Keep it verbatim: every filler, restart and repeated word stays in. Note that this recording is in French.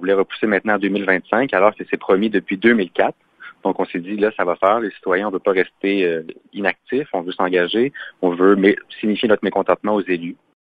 voulait repousser maintenant en deux mille vingt-cinq, alors que c'est promis depuis deux mille quatre. Donc, on s'est dit, là, ça va faire. Les citoyens, on ne veut pas rester euh, inactifs, on veut s'engager, on veut mais, signifier notre mécontentement aux élus.